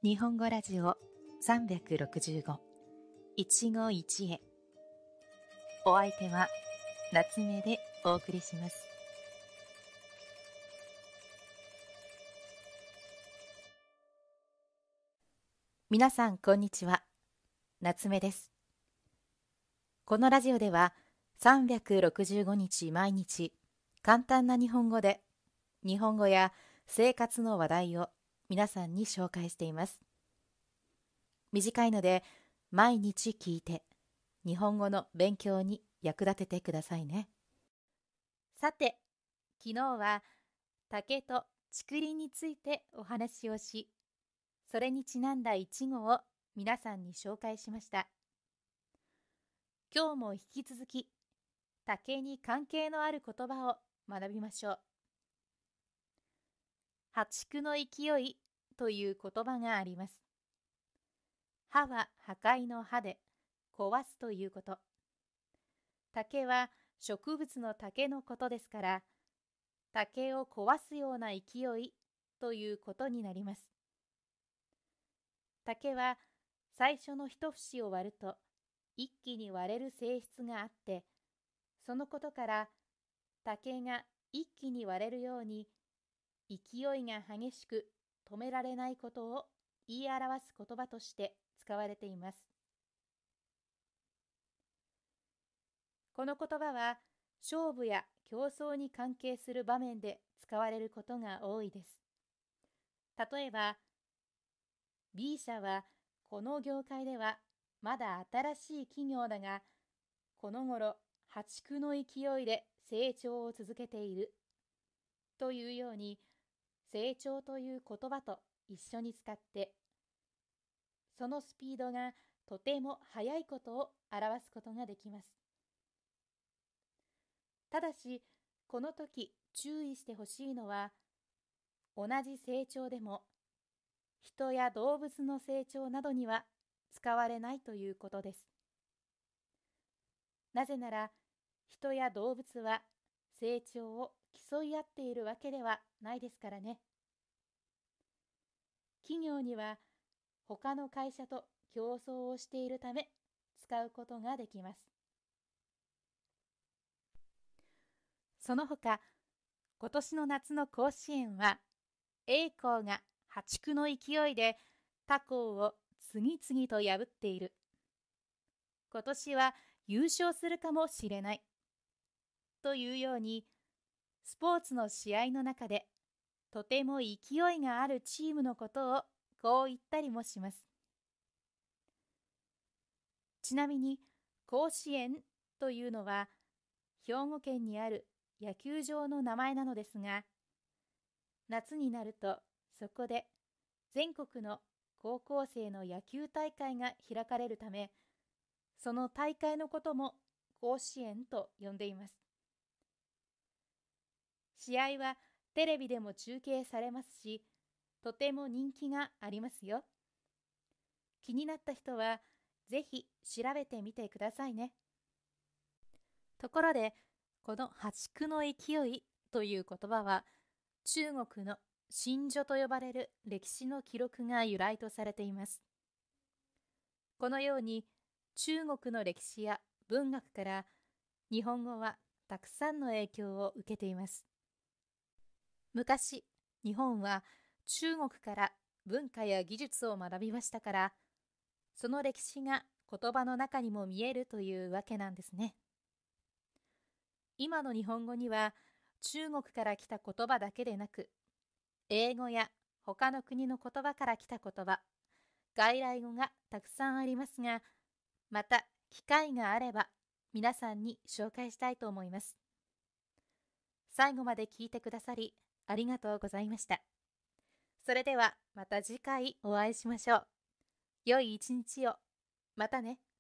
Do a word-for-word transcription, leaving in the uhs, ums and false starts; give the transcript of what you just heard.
日本語ラジオさんびゃくろくじゅうご一期一会。お相手は夏目でお送りします。皆さんこんにちは、夏目です。このラジオではさんびゃくろくじゅうごにち毎日簡単な日本語で日本語や生活の話題を皆さんに紹介しています。短いので毎日聞いて日本語の勉強に役立ててくださいね。さて、昨日は竹と竹林についてお話をし、それにちなんだ一語を皆さんに紹介しました。今日も引き続き竹に関係のある言葉を学びましょう。破竹の勢いという言葉があります。破は破壊の破で壊すということ。竹は植物の竹のことですから、竹を壊すような勢いということになります。竹は最初の一節を割ると一気に割れる性質があって、そのことから竹が一気に割れるように勢いが激しく止められないことを言い表す言葉として使われています。この言葉は勝負や競争に関係する場面で使われることが多いです。例えば、B 社はこの業界ではまだ新しい企業だが、この頃破竹の勢いで成長を続けているというように、成長という言葉と一緒に使って、そのスピードがとても速いことを表すことができます。ただし、この時注意してほしいのは、同じ成長でも人や動物の成長などには使われないということです。なぜなら、人や動物は成長を競い合っているわけではないですからね。企業には他の会社と競争をしているため使うことができます。その他、今年の夏の甲子園は A 校が破竹の勢いで他校を次々と破っている。今年は優勝するかもしれない。というように、スポーツの試合の中でとても勢いがあるチームのことをこう言ったりもします。ちなみに、甲子園というのは兵庫県にある野球場の名前なのですが、夏になるとそこで全国の高校生の野球大会が開かれるため、その大会のことも甲子園と呼んでいます。試合はテレビでも中継されますし、とても人気がありますよ。気になった人はぜひ調べてみてくださいね。ところで、この破竹の勢いという言葉は、中国の真序と呼ばれる歴史の記録が由来とされています。このように中国の歴史や文学から日本語はたくさんの影響を受けています。昔、日本は中国から文化や技術を学びましたから、その歴史が言葉の中にも見えるというわけなんですね。今の日本語には中国から来た言葉だけでなく、英語や他の国の言葉から来た言葉、外来語がたくさんありますが、また機会があれば皆さんに紹介したいと思います。最後まで聞いてくださりありがとうございました。それではまた次回お会いしましょう。良い一日を。またね。